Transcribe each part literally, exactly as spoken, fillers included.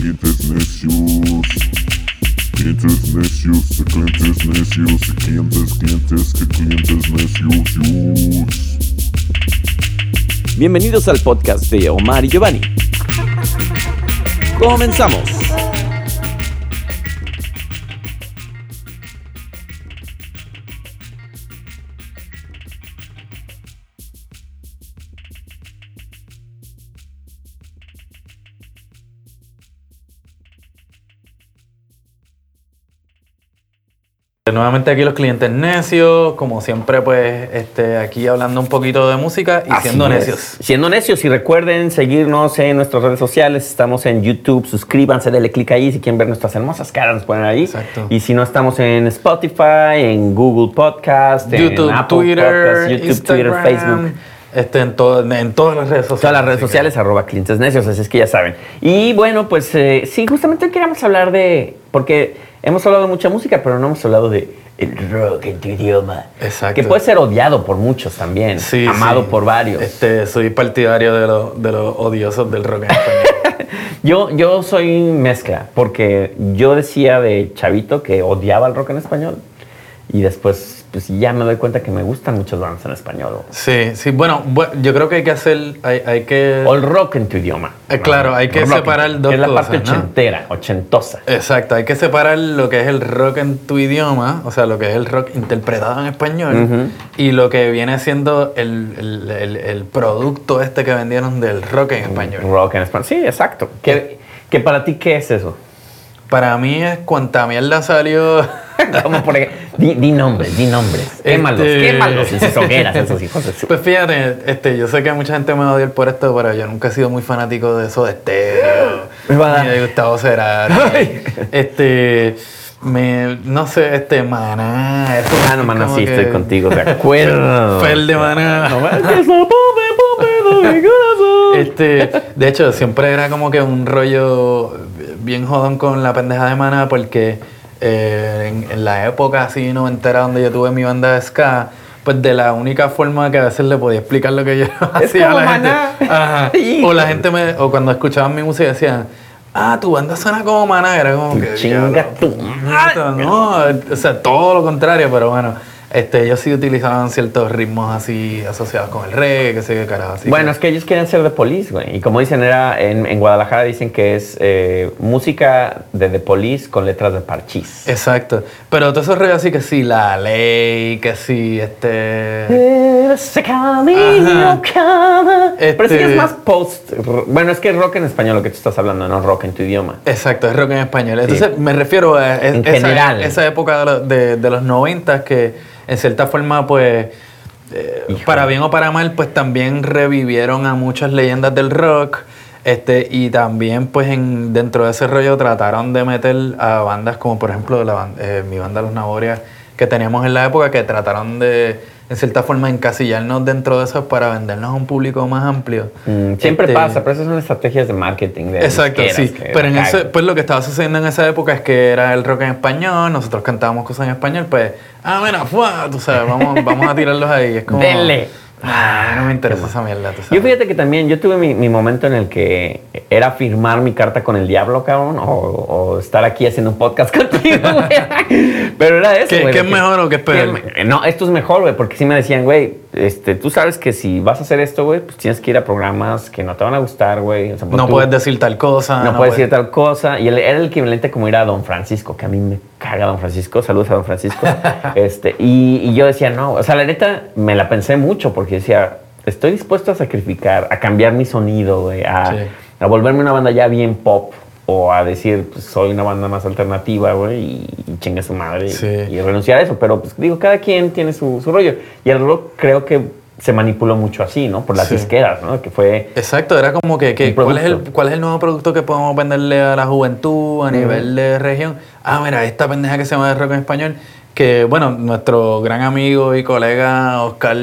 clientes necios. Clientes necios, de clientes necios, de clientes, clientes, que clientes necios. Bienvenidos al podcast de Omar y Giovanni. Comenzamos. Nuevamente aquí los clientes necios, como siempre pues este, aquí hablando un poquito de música y Así siendo es. necios. Siendo necios y recuerden seguirnos en nuestras redes sociales, estamos en YouTube, suscríbanse, denle click ahí si quieren ver nuestras hermosas caras, nos ponen ahí. Exacto. Y si no estamos en Spotify, en Google Podcast, YouTube, en Apple Twitter, Podcast, YouTube, Instagram, Twitter, Facebook. Este, en, todo, en todas las redes sociales. Todas las redes así sociales, que- arroba clientes necios, así es que ya saben. Y bueno, pues eh, sí, justamente hoy queríamos hablar de, porque hemos hablado de mucha música, pero no hemos hablado de el rock en tu idioma. Exacto. Que puede ser odiado por muchos también, Sí, amado sí. por varios. Este, soy partidario de, lo- de los odiosos del rock en español. Yo, yo soy mezcla, porque yo decía de chavito que odiaba el rock en español y después pues ya me doy cuenta que me gustan muchas bandas en español. Sí, sí, bueno, bu- yo creo que hay que hacer, hay, hay que... O el rock en tu idioma. Eh, claro, hay que Rock en- separar dos que es la cosas, parte ¿no? ochentera, ochentosa. Exacto, hay que separar lo que es el rock en tu idioma, o sea, lo que es el rock interpretado en español, Ujú. y lo que viene siendo el, el- el- el producto este que vendieron del rock en español. Rock en español. Sí, exacto. ¿Qué, que para ti, ¿qué es eso? Para mí es cuanta mierda salió. Como por ejemplo, di, di nombres, di nombres. Quémalos, Este- quémalos en sus hogueras, esos hijos de su... Pues fíjate, este, yo sé que mucha gente me va a odiar por esto, pero yo nunca he sido muy fanático de eso de estéreo, Me va a dar- ni de Gustavo Cerati. Ay. Este, me, no sé, este, Maná. Eso Ah, no, mano, como sí, que- estoy contigo, de acuerdo. Fue el de Maná. No, es que eso, pobre, pobre de mi corazón. Este, de hecho, siempre era como que un rollo bien jodón con la pendeja de Maná, porque eh, en, en la época así noventera donde yo tuve mi banda de ska, pues de la única forma que a veces le podía explicar lo que yo hacía a como la gente. Maná. Ajá. O la gente me, o cuando escuchaban mi música decían, ah, tu banda suena como Maná, era como que Chinga diablo, tu puta, no, o sea, todo lo contrario, pero bueno. Este, ellos sí utilizaban ciertos ritmos así asociados con el reggae, que sé qué carajo. Así Bueno, que- es que ellos querían ser de Police, güey. Y como dicen, era en, en Guadalajara dicen que es eh, música de The Police con letras de Parchís. Exacto. Pero todos esos rollos así que sí, la ley, que sí, este... Ese camino Ajá. cada- Pero sí Este- es más post. Bueno, es que es rock en español lo que tú estás hablando, no rock en tu idioma. Exacto, es rock en español. Entonces me refiero a es- En esa, general. esa época de, lo- de, de los noventas que en cierta forma pues... eh, Híjole. para bien o para mal, pues también revivieron a muchas leyendas del rock. Este, y también, pues, en, dentro de ese rollo trataron de meter a bandas como, por ejemplo, la, ban- eh, mi banda Los Naborias, que teníamos en la época, que trataron de, en cierta forma, encasillarnos dentro de eso para vendernos a un público más amplio. Mm, siempre Este, pasa, pero esas son estrategias de marketing. De Exacto, disqueras sí. que Pero en la ese, cagan. pues lo que estaba sucediendo en esa época es que era el rock en español, nosotros cantábamos cosas en español, pues, ah, mira, ¡fua! Tú sabes, vamos, vamos a tirarlos ahí. Es como, Denle. Ah, no me interesa esa mierda, tú sabes. Yo fíjate que también, yo tuve mi, mi momento en el que era firmar mi carta con el diablo, cabrón, o, o estar aquí haciendo un podcast contigo, güey. Pero era eso, ¿Qué- güey. qué de es mejor o qué es peor? que- No, esto es mejor, güey, porque sí me decían, güey, este, tú sabes que si vas a hacer esto, güey, pues tienes que ir a programas que no te van a gustar, güey. O sea, pues No tú- puedes decir tal cosa. no, puedes decir tal cosa. Y él era el equivalente como ir a Don Francisco, que a mí me caga Don Francisco. Saludos a Don Francisco. este, y, y yo decía, no, o sea, la neta me la pensé mucho porque decía, estoy dispuesto a sacrificar, a cambiar mi sonido, güey, a, Sí. a volverme una banda ya bien pop o a decir, pues soy una banda más alternativa, güey, y, y chingue su madre Sí. y, y renunciar a eso. Pero, pues digo, cada quien tiene su, su rollo. Y el rock creo que se manipuló mucho así, ¿no? Por las Sí. disqueras, ¿no? Que fue... Exacto, era como que, que Un ¿cuál, es el, producto. ¿cuál es el nuevo producto que podemos venderle a la juventud a nivel de región? Ah, mira, esta pendeja que se llama de rock en español, que bueno, nuestro gran amigo y colega Oscar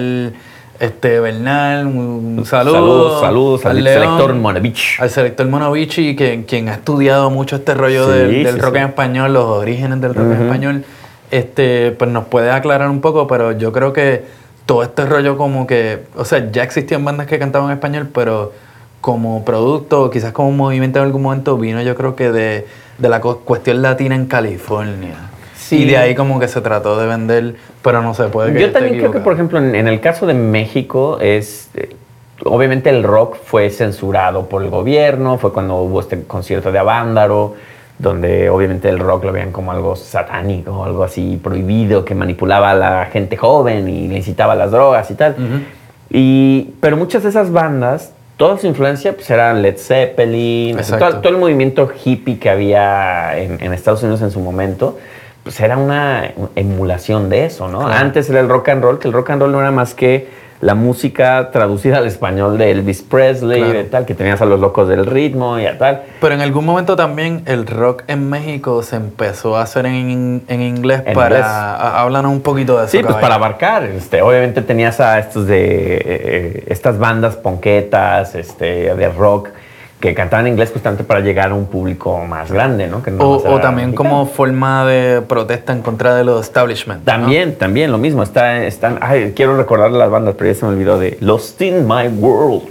este, Bernal, un saludo. Saludos, saludos al León, selector Monovich. Al selector Monovici, que, quien ha estudiado mucho este rollo Sí, del, del sí, rock sí. en español, los orígenes del rock en Ujú. español, este, pues nos puede aclarar un poco, pero yo creo que todo este rollo como que, o sea, ya existían bandas que cantaban en español, pero como producto, quizás como movimiento en algún momento, vino yo creo que de, de la cu- cuestión latina en California. Sí. Y de ahí como que se trató de vender, pero no se puede. Yo también creo que, por ejemplo, en, en el caso de México, es eh, obviamente el rock fue censurado por el gobierno, fue cuando hubo este concierto de Avándaro, donde obviamente el rock lo veían como algo satánico, algo así prohibido, que manipulaba a la gente joven y le incitaba a las drogas y tal. Uh-huh. Y, pero muchas de esas bandas, toda su influencia pues eran Led Zeppelin, todo, todo el movimiento hippie que había en, en Estados Unidos en su momento, pues era una emulación de eso, ¿no? Claro. Antes era el rock and roll, que el rock and roll no era más que la música traducida al español de Elvis Presley, Claro. de tal, que tenías a los locos del ritmo y a tal. Pero en algún momento también el rock en México se empezó a hacer en, en inglés En para... inglés. a- Háblanos un poquito de eso, Sí, pues caballo. para abarcar. Este, obviamente tenías a estos de eh, estas bandas ponquetas, este, de rock, que cantaban en inglés justamente para llegar a un público más grande, ¿no? Que no O, más era o también mexicano. como forma de protesta en contra de los establishment. ¿no? También, también, lo mismo. Está, están, ay, quiero recordar las bandas, pero ya se me olvidó de Lost in My World.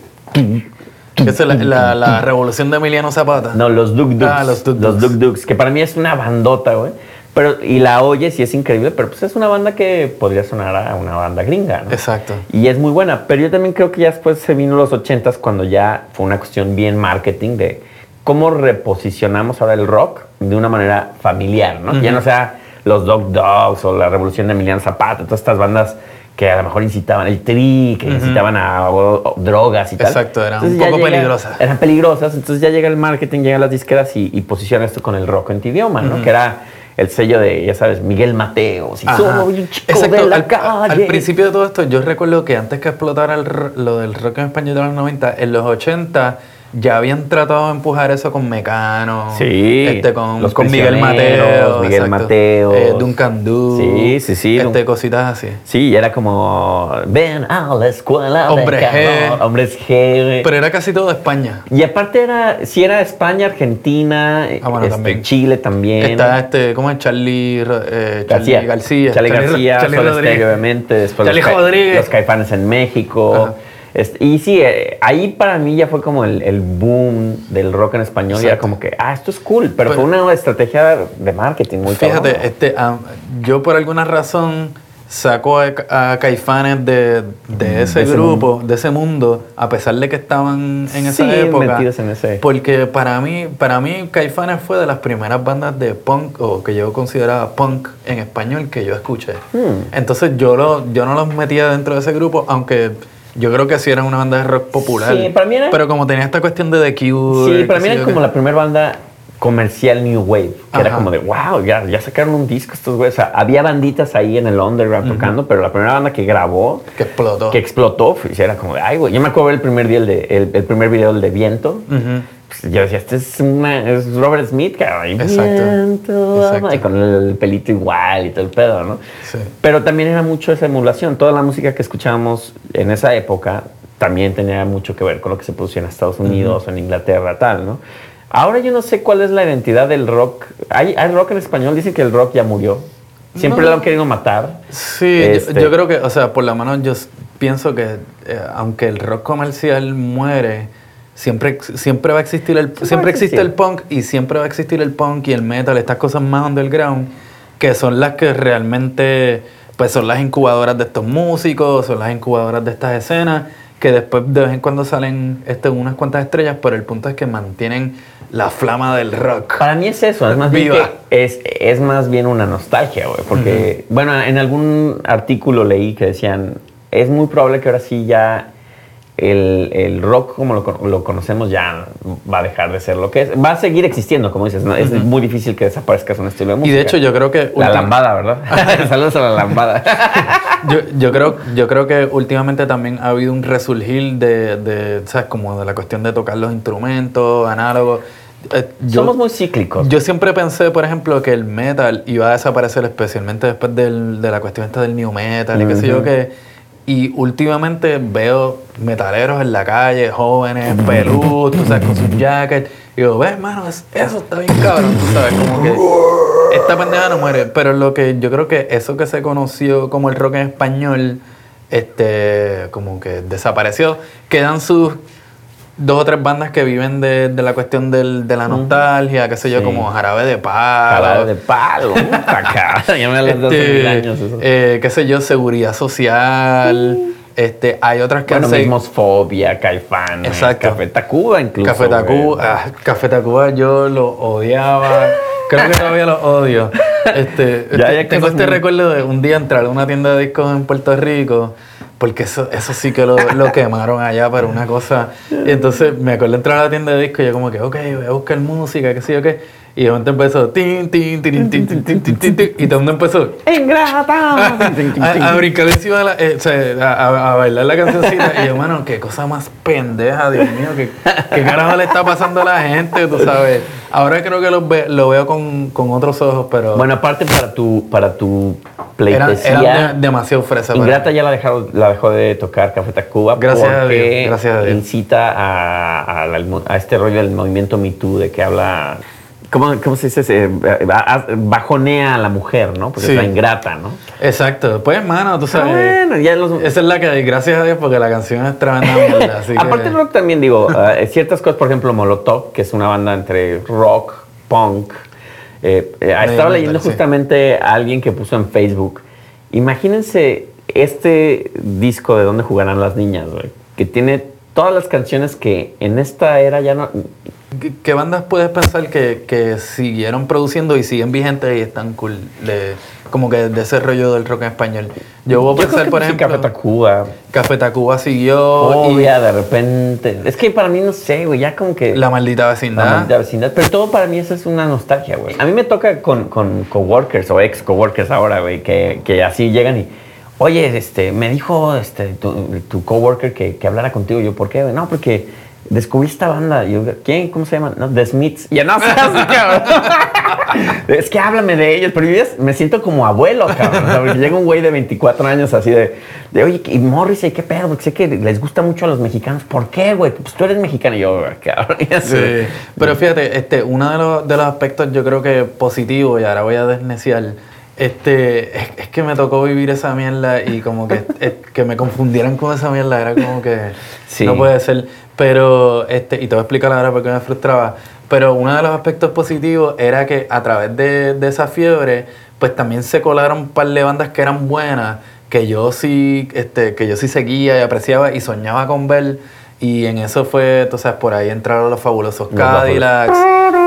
Esa es la, la, la revolución de Emiliano Zapata. No, los Duk Duks. Ah, los Duk Los Duks. Duk Duks, que para mí es una bandota, güey. Pero, y la oyes y es increíble, pero pues es una banda que podría sonar a una banda gringa, ¿no? Exacto. Y es muy buena. Pero yo también creo que ya después se vino los ochentas cuando ya fue una cuestión bien marketing de cómo reposicionamos ahora el rock de una manera familiar, ¿no? Uh-huh. Ya no sea los Dog Dogs o la revolución de Emiliano Zapata, todas estas bandas que a lo mejor incitaban, el Tri, que Uh-huh. incitaban a o- o drogas y tal. Exacto, eran Entonces un ya poco llega- peligrosas. Eran peligrosas, entonces ya llega el marketing, llegan las disqueras y, y posiciona esto con el rock en tu idioma, ¿no? Uh-huh. Que era el sello de, ya sabes, Miguel Mateos, y Ajá. soy un chico Exacto. de la al, calle. al principio de todo esto, yo recuerdo que antes que explotara el ro- lo del rock en español de los noventa, en los ochenta ya habían tratado de empujar eso con Mecano, Sí, este, con, Los con Miguel Prisioneros, Mateo, Miguel exacto. Mateos. eh, Duncan Du, Sí, sí, sí, este, Dun- cositas así. Sí, y era como, ven a la escuela Hombres de G. calor, Hombres G. Pero era casi todo de España. Y aparte era, si era España, Argentina, Ah, bueno, este, también. Chile también. Está este, ¿cómo es? Charlie, Ro- eh, Charlie García. García. Charlie García, Charlie Soda Rodríguez. Stereo, obviamente. Después Charlie los, Ca- Rodríguez. los Caifanes en México. Ajá. Este, y sí, eh, ahí para mí ya fue como el, el boom del rock en español. Y era Exacto. como que, ah, esto es cool. Pero, Pero- fue una estrategia de marketing muy Fíjate, cabrona. este, ah, yo por alguna razón saco a, a Caifanes de, de ese De ese grupo, de ese mundo, a pesar de que estaban en esa Sí, época. metidos en ese. Porque para mí, para mí Caifanes fue de las primeras bandas de punk, o que yo consideraba punk en español, que yo escuché. Hmm. Entonces yo, lo, yo no los metía dentro de ese grupo, aunque yo creo que sí eran una banda de rock popular. Sí, para mí era- Pero como tenía esta cuestión de The Cure. Sí, para qué mí sé era yo como qué. la primera banda comercial New Wave, que era Ajá. como de, wow, ya, ya sacaron un disco estos güeyes. O sea, había banditas ahí en el underground tocando, pero la primera banda que grabó, Que explotó. que explotó, pues, era como de, ay, güey. Yo me acuerdo ver el primer, día el, de, el, el primer video, el de Viento. Ujú. Pues, yo decía, este es, una, es Robert Smith, cabrón. y Exacto. Viento, Exacto. y con el pelito igual y todo el pedo, ¿no? Sí. Pero también era mucho esa emulación. Toda la música que escuchábamos en esa época también tenía mucho que ver con lo que se producía en Estados Unidos o en Inglaterra, tal, ¿no? Ahora yo no sé cuál es la identidad del rock. ¿Hay, hay rock en español? Dicen que el rock ya murió. Siempre No. lo han querido matar. Sí, Este- yo, yo creo que, o sea, por lo menos yo s- pienso que eh, aunque el rock comercial muere, siempre, ex- siempre va a existir el, Siempre siempre va a existe existir. el punk y siempre va a existir el punk y el metal, estas cosas más underground, que son las que realmente, pues son las incubadoras de estos músicos, son las incubadoras de estas escenas, que después de vez en cuando salen este, unas cuantas estrellas, pero el punto es que mantienen la flama del rock. Para mí es eso, es más bien, Viva. que es, es más bien una nostalgia, güey. Porque, bueno, en algún artículo leí que decían, es muy probable que ahora sí ya el, el rock como lo, con- lo conocemos ya va a dejar de ser lo que es. Va a seguir existiendo, como dices, ¿no? Es muy difícil que desaparezca un estilo de música. Y de hecho yo creo que... La ultim- lambada, ¿verdad? Saludos a la lambada. Yo, yo creo yo creo que últimamente también ha habido un resurgir de, de ¿sabes? Como de la cuestión de tocar los instrumentos análogos. Eh, yo, Somos muy cíclicos. yo siempre pensé, por ejemplo, que el metal iba a desaparecer, especialmente después del- de la cuestión esta del new metal y qué sé yo Ujú. qué. Y últimamente veo metaleros en la calle, jóvenes, peludos, tú sabes, con sus jackets. Y digo, ves, mano, es- eso está bien cabrón, tú sabes, como que esta pendeja no muere. Pero lo que yo creo que eso que se conoció como el rock en español, este, como que desapareció. Quedan sus dos o tres bandas que viven de, de la cuestión del, de la nostalgia, qué sé yo, Sí. como Jarabe de Palo. Jarabe de Palo. Acá. Ya me hablas de hace mil años. Eso. Eh, qué sé yo, Seguridad Social. Este, hay otras que Bueno, hacen- mismos Fobia, Caifanes, Exacto. Café Tacuba incluso. Café Tacuba, güey. ah, Café Tacuba yo lo odiaba. Creo que todavía lo odio. Este, Ya, este- ya que tengo sos este muy- recuerdo de un día entrar a una tienda de discos en Puerto Rico, porque eso, eso sí que lo, lo quemaron allá para una cosa. Y entonces me acuerdo entrar a la tienda de discos y yo como que, ok, voy a buscar música, qué sé yo qué. Y de momento empezó, tin, tin, tin, tin, tin, tin, tin, tin, tin, y todo el mundo empezó, ¡Ingrata! a, a brincar encima de la, eh, o sea, a, a- a bailar la cancioncita. Y yo, mano, qué cosa más pendeja, Dios mío, qué, qué carajo le está pasando a la gente, tú sabes. Ahora creo que lo, ve- lo veo con, con otros ojos, pero Bueno, aparte para tu, para tu eran, pleitesía, eran de- demasiado fresa. para Ingrata mí. ya la dejó, la dejó de tocar Café Tacuba Gracias a porque Dios, gracias a Dios. incita a, a, la- a este rollo del movimiento Me Too de que habla... ¿Cómo, cómo se dice? Se, a- bajonea a la mujer, ¿no? Porque Sí. es la ingrata, ¿no? Exacto. Pues, mano, tú Ah, sabes. bueno, ya los... Esa es la que hay, gracias a Dios, porque la canción es tremenda mierda. Así Aparte que, del rock también digo, eh, ciertas cosas, por ejemplo, Molotov, que es una banda entre rock, punk. Eh, eh, estaba metal, leyendo sí. justamente a alguien que puso en Facebook. Imagínense este disco de Dónde jugarán las niñas, güey, que tiene todas las canciones que en esta era ya no... ¿Qué, qué bandas puedes pensar que, que siguieron produciendo y siguen vigentes y están cool? De, como que de ese rollo del rock en español. Yo voy a Yo creo pensar, que por sí, ejemplo, Café Tacuba, Café Tacuba siguió Fobia, de repente... Es que para mí, no sé, güey, ya como que... y La Maldita La Vecindad. maldita vecindad. Pero todo para mí eso es una nostalgia, güey. A mí me toca con, con coworkers o ex coworkers ahora, güey, que, que así llegan y... Oye, este, me dijo este, tu, tu coworker que, que hablara contigo. Yo, ¿por qué, güey? No, porque descubrí esta banda. Y yo, ¿quién? ¿Cómo se llama? No, The Smiths. Y yo, no, seas, cabrón. Es que háblame de ellos. Pero yo ya me siento como abuelo, cabrón. O sea, porque llega un güey de veinticuatro años así de... de oye, y Morrissey, ¿qué pedo? Porque sé que les gusta mucho a los mexicanos. ¿Por qué, güey? Pues tú eres mexicano. Y yo, cabrón. Ya sé. Sí. Pero fíjate, este, uno de los, de los aspectos yo creo que positivo, y ahora voy a desneciar, este, es, es que me tocó vivir esa mierda y como que, es- que me confundieran con esa mierda, era como que Sí. no puede ser. Pero, este, y te voy a explicar ahora por qué me frustraba, pero uno de los aspectos positivos era que a través de, de esa fiebre, pues también se colaron un par de bandas que eran buenas, que yo sí, este, que yo sí seguía y apreciaba y soñaba con ver. Y en eso fue, tú sabes, por ahí entraron los fabulosos Los Cadillacs,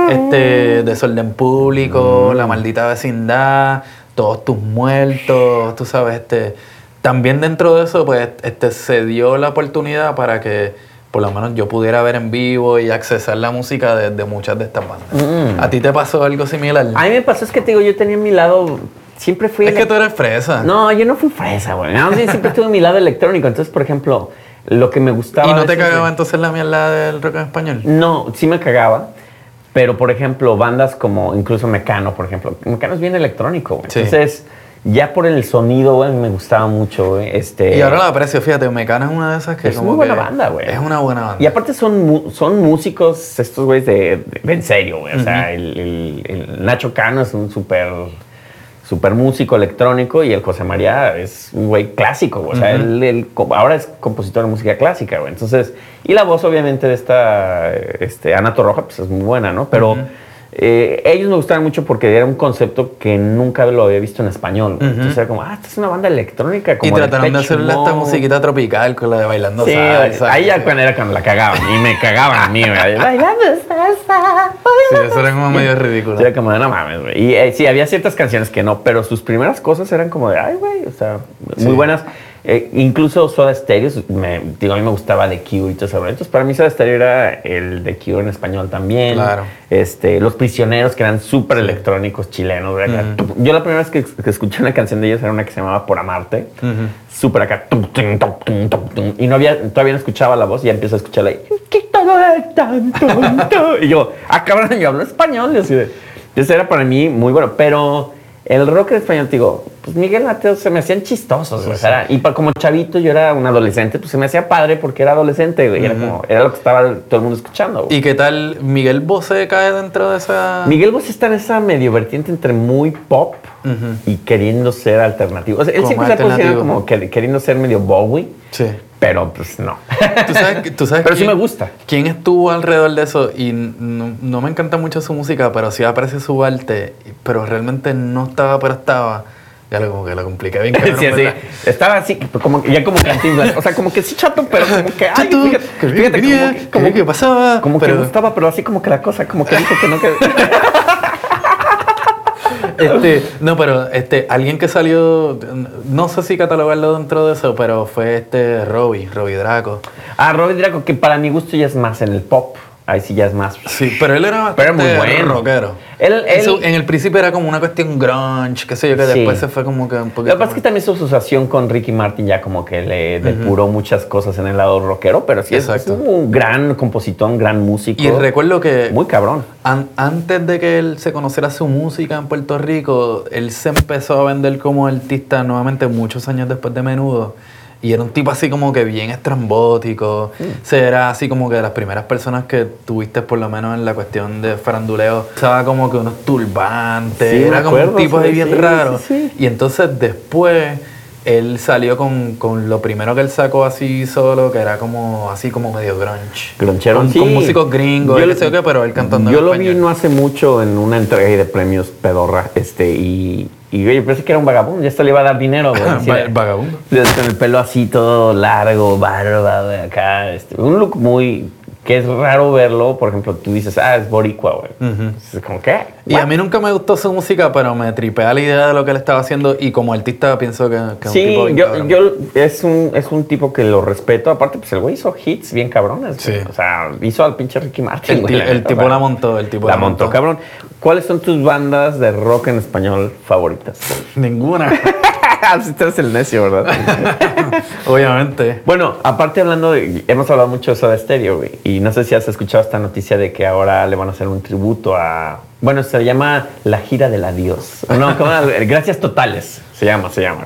este, Desorden Público, La Maldita Vecindad, Todos Tus Muertos, tú sabes, este. También dentro de eso, pues, este, se dio la oportunidad para que, por lo menos, yo pudiera ver en vivo y accesar la música de, de muchas de estas bandas. Mm. ¿A ti te pasó algo similar? A mí me pasó, es que te digo, yo tenía mi lado... Siempre fui... es que tú eres fresa. No, yo no fui fresa, güey. No, sí, siempre tuve mi lado electrónico. Entonces, por ejemplo, lo que me gustaba... ¿Y no a te veces cagaba de- entonces la mierda del rock en español? No, sí me cagaba. Pero, por ejemplo, bandas como incluso Mecano, por ejemplo. Mecano es bien electrónico, güey. Sí. Entonces, ya por el sonido, güey, me gustaba mucho, güey. Este... Y ahora la aprecio, fíjate, Mecano es una de esas que Es como muy buena que banda, güey. Es una buena banda. Y aparte son, mu- son músicos, estos güeyes de, de- en serio, güey. O sea, el, el- el Nacho Cano es un súper super músico electrónico y el José María es un güey clásico, güey. O sea, él, él co- ahora es compositor de música clásica, güey. Entonces, y la voz obviamente de esta este, Ana Torroja, pues es muy buena, ¿no? Pero eh, ellos me gustaban mucho porque era un concepto que nunca lo había visto en español. Güey. Entonces era como, ah, esta es una banda electrónica. Como Y trataron de Depeche hacerle esta Mode. musiquita tropical con la de bailando Sí, salsa. ahí ya cuando era cuando la cagaban y me cagaban a mí, güey. Bailando salsa. Sí, eso era como medio ridículo. Sí, era como de no mames, güey. Y eh, sí, había ciertas canciones que no, pero sus primeras cosas eran como de, ay, güey, o sea, muy Sí. buenas. Eh, incluso Soda Stereo, me, digo, a mí me gustaba The Cure y todo eso. Entonces, para mí Soda Stereo era el The Cure en español también. Claro. Este, Los Prisioneros, que eran súper electrónicos chilenos. güey, acá. Yo la primera vez que, que escuché una canción de ellos era una que se llamaba Por Amarte. Súper acá. tum, tum, tum, tum, tum, tum. Y no había, todavía no escuchaba la voz y ya empiezo a escucharla y... "¿Qué todo es tan tonto?" Y yo, ah, cabrón, yo hablo español. Y así de... Entonces era para mí muy bueno. Pero el rock en español, te digo, pues Miguel Mateo se me hacían chistosos. güey. O sea, y pa- como chavito yo era un adolescente, pues se me hacía padre porque era adolescente, güey. Era como, era lo que estaba todo el mundo escuchando, güey. ¿Y qué tal Miguel Bosé cae dentro de esa...? Miguel Bosé está en esa medio vertiente entre muy pop y queriendo ser alternativo. O sea, él Como siempre se ha posicionado alternativo. como que- queriendo ser medio Bowie, Sí. pero pues no. ¿Tú sabes, tú sabes pero sí quién, me gusta. ¿Quién estuvo alrededor de eso? Y no, no me encanta mucho su música, pero sí aprecio su arte, pero realmente no estaba, pero estaba. Ya lo, como que lo compliqué bien. Cabrón, sí, sí. Estaba así, como, ya como Cantinflas. O sea, como que sí chato, pero como que... Ay, chato, fíjate, que fíjate venía, como que... Como que, que pasaba. Como pero, que gustaba, pero así como que la cosa, como que dijo que no... Que... este, no, pero este, alguien que salió... No sé si catalogarlo dentro de eso, pero fue este Robbie, Robbie Draco. Ah, Robbie Draco, que para mi gusto ya es más en el pop. Ahí sí ya es más... Sí, pero él era pero bastante muy bueno. rockero. Él, él, Eso, en el principio era como una cuestión grunge, qué sé yo, que sí. después se fue como que un poquito... Lo que pasa es que también su asociación con Ricky Martin ya como que le depuró uh-huh. muchas cosas en el lado rockero, pero sí es, es un gran compositor, un gran músico. Y recuerdo que... Muy cabrón. An- antes de que él se conociera su música en Puerto Rico, él se empezó a vender como artista nuevamente muchos años después de Menudo. Y era un tipo así como que bien estrambótico. Sí. O sea, era así como que de las primeras personas que tuviste, por lo menos en la cuestión de faranduleo, usaba como que unos turbantes. Sí, era como acuerdo, un tipo ahí sí, bien sí, raro. Sí, sí. Y entonces después él salió con, con lo primero que él sacó así solo, que era como así como medio grunge. Grunchero, con, sí. con músicos gringos, yo, y sé qué, pero él cantando Yo en lo español. vi no hace mucho en una entrega de premios pedorra, este, y... Y yo pensé que era un vagabundo, ya esto le iba a dar dinero, güey. Así, ¿Vagabundo? Con el pelo así todo largo, barba, güey, acá. Este, un look muy... que es raro verlo. Por ejemplo, tú dices, ah, es boricua, güey. Uh-huh. Es como, ¿qué? Y a mí nunca me gustó su música, pero me tripea la idea de lo que él estaba haciendo. Y como artista pienso que, que es sí, un tipo bien yo, cabrón. yo es un, es un tipo que lo respeto. Aparte, pues el güey hizo hits bien cabrones. Sí. O sea, hizo al pinche Ricky Martin, El, güey. el, el tipo la montó, el tipo la, la montó. montó, cabrón. ¿Cuáles son tus bandas de rock en español favoritas? Ninguna. Así tú eres el necio, ¿verdad? Obviamente. Bueno, aparte hablando de... Hemos hablado mucho de Soda Stereo, güey. Y no sé si has escuchado esta noticia de que ahora le van a hacer un tributo a... Bueno, se llama La Gira del Adiós. No, ¿cómo? Gracias Totales. Se llama, se llama.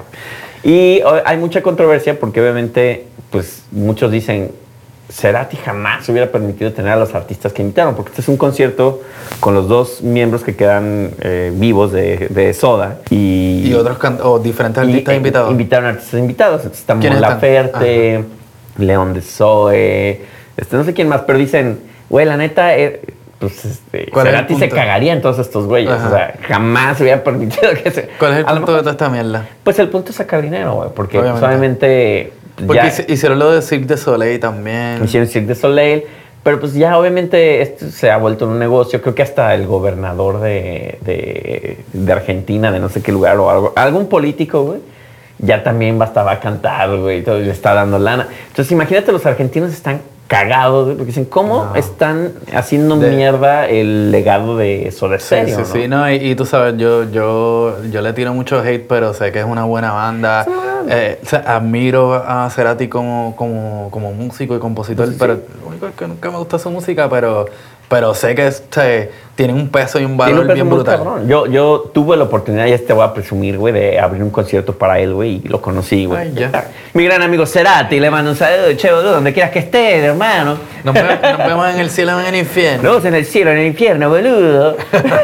Y hay mucha controversia porque obviamente, pues, muchos dicen... Cerati jamás hubiera permitido tener a los artistas que invitaron, porque este es un concierto con los dos miembros que quedan eh, vivos de, de Soda y, y otros can- o diferentes artistas y, invitados. Invitaron artistas invitados. Entonces, está Mon Laferte, León de Zoe, este, no sé quién más, pero dicen, güey, la neta, eh, pues este, Cerati se cagaría en todos estos güeyes. Ajá. O sea, jamás hubiera permitido que se. ¿Cuál es el punto mejor, de toda esta mierda? Pues el punto es sacar dinero, güey, porque obviamente. Pues, obviamente Porque ya, hicieron lo de Cirque du Soleil también. Hicieron Cirque du Soleil, pero pues ya obviamente esto se ha vuelto un negocio. Creo que hasta el gobernador de, de, de Argentina, de no sé qué lugar, o algo, algún político, güey, ya también bastaba a cantar, güey, y todo, y le está dando lana. Entonces imagínate, los argentinos están cagados, güey, porque dicen, ¿cómo no. están haciendo de... mierda el legado de Soda Stereo? Sí, sí, ¿no? sí, no, y, y tú sabes, yo, yo, yo le tiro mucho hate, pero sé que es una buena banda. Sí, eh, o sea, admiro a Cerati como, como, como músico y compositor, sí, pero lo único es que nunca me gusta su música, pero, pero sé que este, tienen un peso y un valor un bien brutal. Cabrón. Yo, yo tuve la oportunidad, ya te voy a presumir, güey, de abrir un concierto para él, güey, y lo conocí, güey. Mi gran amigo Cerati, le mando un saludo, che, boludo, donde quieras que esté, hermano. Nos vemos, nos vemos en el cielo, en el infierno. Nos vemos en el cielo, en el infierno, boludo.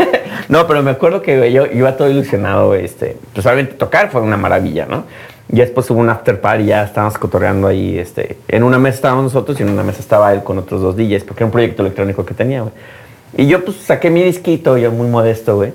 No, pero me acuerdo que güey, yo iba todo ilusionado, güey, este, pues obviamente tocar fue una maravilla, ¿no? Y después hubo un after party, ya estábamos cotorreando ahí, este, en una mesa estábamos nosotros y en una mesa estaba él con otros dos D Js, porque era un proyecto electrónico que tenía, güey. Y yo, pues, saqué mi disquito, yo muy modesto, güey.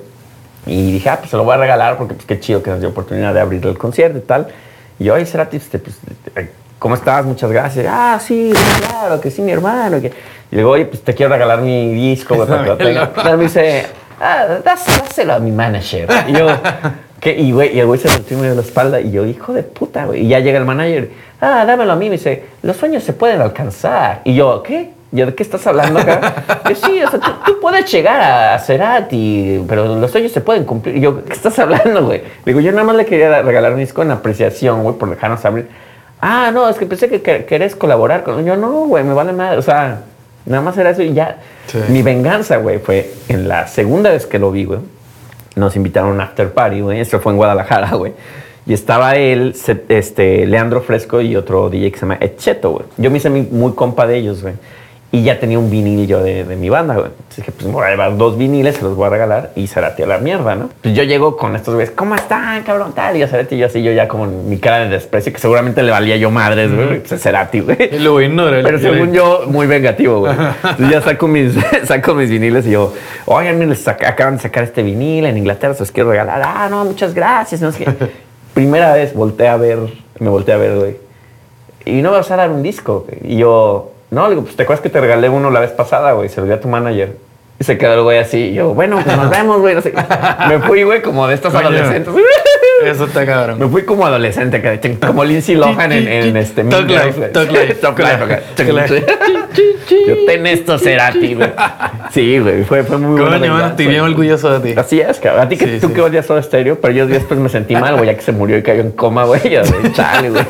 Y dije, ah, pues, se lo voy a regalar porque, pues, qué chido que nos dio oportunidad de abrir el concierto y tal. Y yo, oye, Cerati, este, pues, ¿cómo estás? Muchas gracias. Ah, sí, claro, que sí, mi hermano. Que... Y le digo, oye, pues, te quiero regalar mi disco, güey, para que lo tenga. Y me dice, ah, dás, dáselo a mi manager. Y yo... ¿Qué? Y, güey, y el güey se volteó de la espalda y yo, hijo de puta, güey. Y ya llega el manager, ah, dámelo a mí. Me dice, los sueños se pueden alcanzar. Y yo, ¿qué? ¿Yo de qué estás hablando acá? Yo, sí, o sea, tú, tú puedes llegar a, a Cerati, pero los sueños se pueden cumplir. Y yo, ¿qué estás hablando, güey? Le digo, yo nada más le quería regalar un disco en apreciación, güey, por dejarnos abrir. Ah, no, es que pensé que, que querés colaborar con... Yo, no, güey, me vale madre. O sea, nada más era eso y ya. Sí. Mi venganza, güey, fue en la segunda vez que lo vi, güey. Nos invitaron a un after party, güey. Eso fue en Guadalajara, güey. Y estaba él, este, Leandro Fresco y otro D J que se llama Echeto, güey. Yo me hice muy compa de ellos, güey. Y ya tenía un vinil yo de, de mi banda, güey. Entonces dije, pues voy a llevar dos viniles, se los voy a regalar y Cerati a la mierda, ¿no? Pues yo llego con estos güeyes, ¿cómo están, cabrón? Tal, y yo Cerati, y yo así, yo ya como en mi cara de desprecio, que seguramente le valía yo madres, güey. Pues Cerati, güey. Y lo ignoré. Pero según yo, muy vengativo, güey. Entonces ya saco mis, saco mis viniles y yo, oigan, miren, les saca- acaban de sacar este vinil en Inglaterra, se los quiero regalar. Ah, no, muchas gracias. No sé qué. Primera vez volteé a ver, me volteé a ver, güey. Y no me vas a dar un disco, güey. Y yo... No, digo, pues te acuerdas que te regalé uno la vez pasada, güey. Se lo di a tu manager. Y se quedó el güey así. Y yo, bueno, pues nos vemos, güey. No sé. Me fui, güey, como de estos Coño. adolescentes. Eso está cabrón. Me fui como adolescente, que- como Lindsay Lohan en, en este... Talk Mean Life, Girls, Talk güey. Life. Talk Life, acá. Talk Life. Yo ten esto, Cerati, güey. Sí, güey. Fue, fue muy bueno. Coño, mano, estoy bien orgulloso de ti. Así es, cabrón. A ti que Sí, tú sí. que odias Soda Stereo, pero yo después me sentí mal, güey, ya que se murió y cayó en coma, güey. Yo, chale, güey.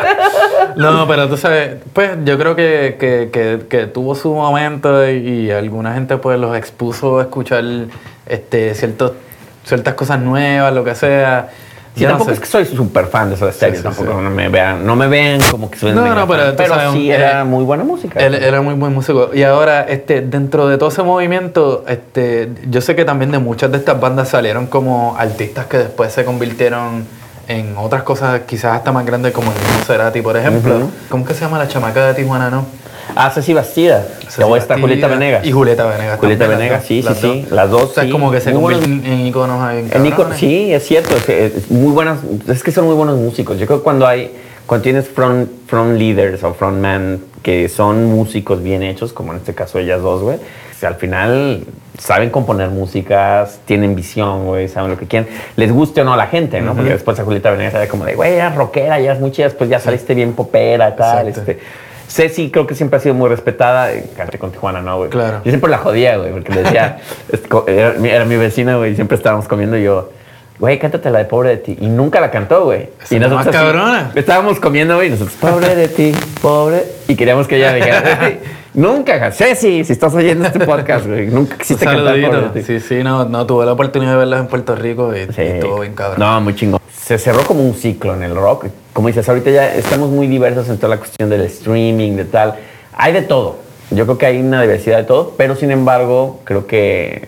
No, pero tú sabes, pues yo creo que, que, que, que tuvo su momento y, y alguna gente pues los expuso a escuchar este, ciertos, ciertas cosas nuevas, lo que sea. Sí, Yo no tampoco sé. es que soy súper fan de Soda Stereo, Sí, sí, tampoco sí. No, me vean, no me vean como que soy un No, mega no, pero fan, tú pero sabes, sí eh, era muy buena música. Él era muy buen músico. Y ahora, este, dentro de todo ese movimiento, este, yo sé que también de muchas de estas bandas salieron como artistas que después se convirtieron en otras cosas quizás hasta más grandes, como el mismo Cerati, por ejemplo. Ujú. ¿Cómo es que se llama la chamaca de Tijuana, no? Ah, Ceci Bastida. Luego está Julieta Venegas. Y Julieta Venegas. Julieta también, Venegas, las sí, dos, sí, las sí. dos. Las dos, O sea, es sí. como que se Muy buenos- convierten en iconos ahí en En Ico- cabrones. sí, es cierto, es, es muy buenas, es que son muy buenos músicos. Yo creo que cuando hay, cuando tienes front, front leaders o frontman que son músicos bien hechos, como en este caso ellas dos, güey, o sea, al final saben componer músicas, tienen visión, güey, saben lo que quieren, les guste o no a la gente, ¿no? Porque después a Julieta Venegas era como de, güey, eras rockera, ya es muy chida, pues ya saliste bien popera, tal, Exacto. este... Ceci creo que siempre ha sido muy respetada. Cante con Tijuana, ¿no, güey? Claro. Yo siempre la jodía, güey, porque le decía... es co- era, mi- era mi vecina, güey, y siempre estábamos comiendo y yo... Güey, cántate la de Pobre de ti. Y nunca la cantó, güey. Esa Y es la nosotros más así, cabrona. estábamos comiendo, güey, y nosotros... Pobre de ti, pobre... Y queríamos que ella dijera... Nunca, Ceci, si estás oyendo este podcast, güey. Nunca quisiste Un cantar Pobre saludito. de ti. Sí, sí, no, no, tuve la oportunidad de verlas en Puerto Rico y, Sí. y estuvo bien cabrón. No, muy chingón. Se cerró como un ciclo en el rock. Como dices, ahorita ya estamos muy diversos en toda la cuestión del streaming, de tal. Hay de todo. Yo creo que hay una diversidad de todo, pero sin embargo, creo que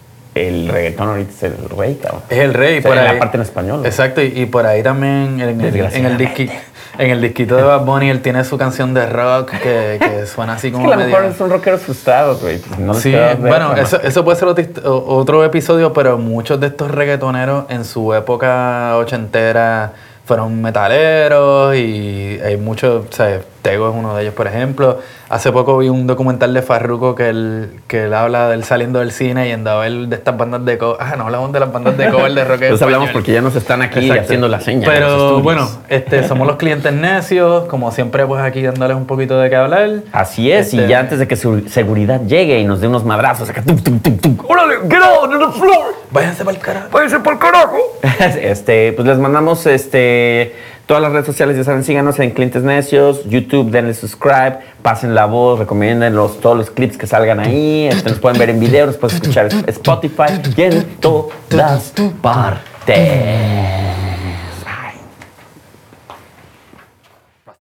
el reggaetón ahorita es el rey, cabrón. Es el rey. O sea, por en ahí, la parte en español, ¿no? Exacto, y, y por ahí también en el, en el, Desgraciadamente. disqui- en el disquito de Bad Bunny él tiene su canción de rock que, que suena así Es como que a lo medio- mejor son rockeros frustrados, güey. Pues no les Sí, queda de bueno, otra, eso, ¿no? eso puede ser otro, hist- o- otro episodio, pero muchos de estos reggaetoneros en su época ochentera fueron metaleros y hay muchos, o sea, Tego es uno de ellos, por ejemplo. Hace poco vi un documental de Farruko que él, que él habla de él saliendo del cine y andaba él de estas bandas de cover. Ah, no hablamos de las bandas de cover de rock. Entonces hablamos español. porque ya nos están aquí Exacto. haciendo la seña. en los Pero estudios. bueno, este, somos los clientes necios, como siempre, pues aquí dándoles un poquito de qué hablar. Así es, y Este- ya antes de que su seguridad llegue y nos dé unos madrazos acá, tum, tum, tum, tum, ¡órale, get out on the floor! Váyanse para el carajo. ¡Váyanse por el carajo! Este, pues les mandamos este, todas las redes sociales, ya saben, síganos en Clientes Necios, YouTube, denle subscribe, pasen la voz, recomienden los, todos los clips que salgan ahí, este, nos pueden ver en video, nos pueden escuchar en Spotify y en todas partes.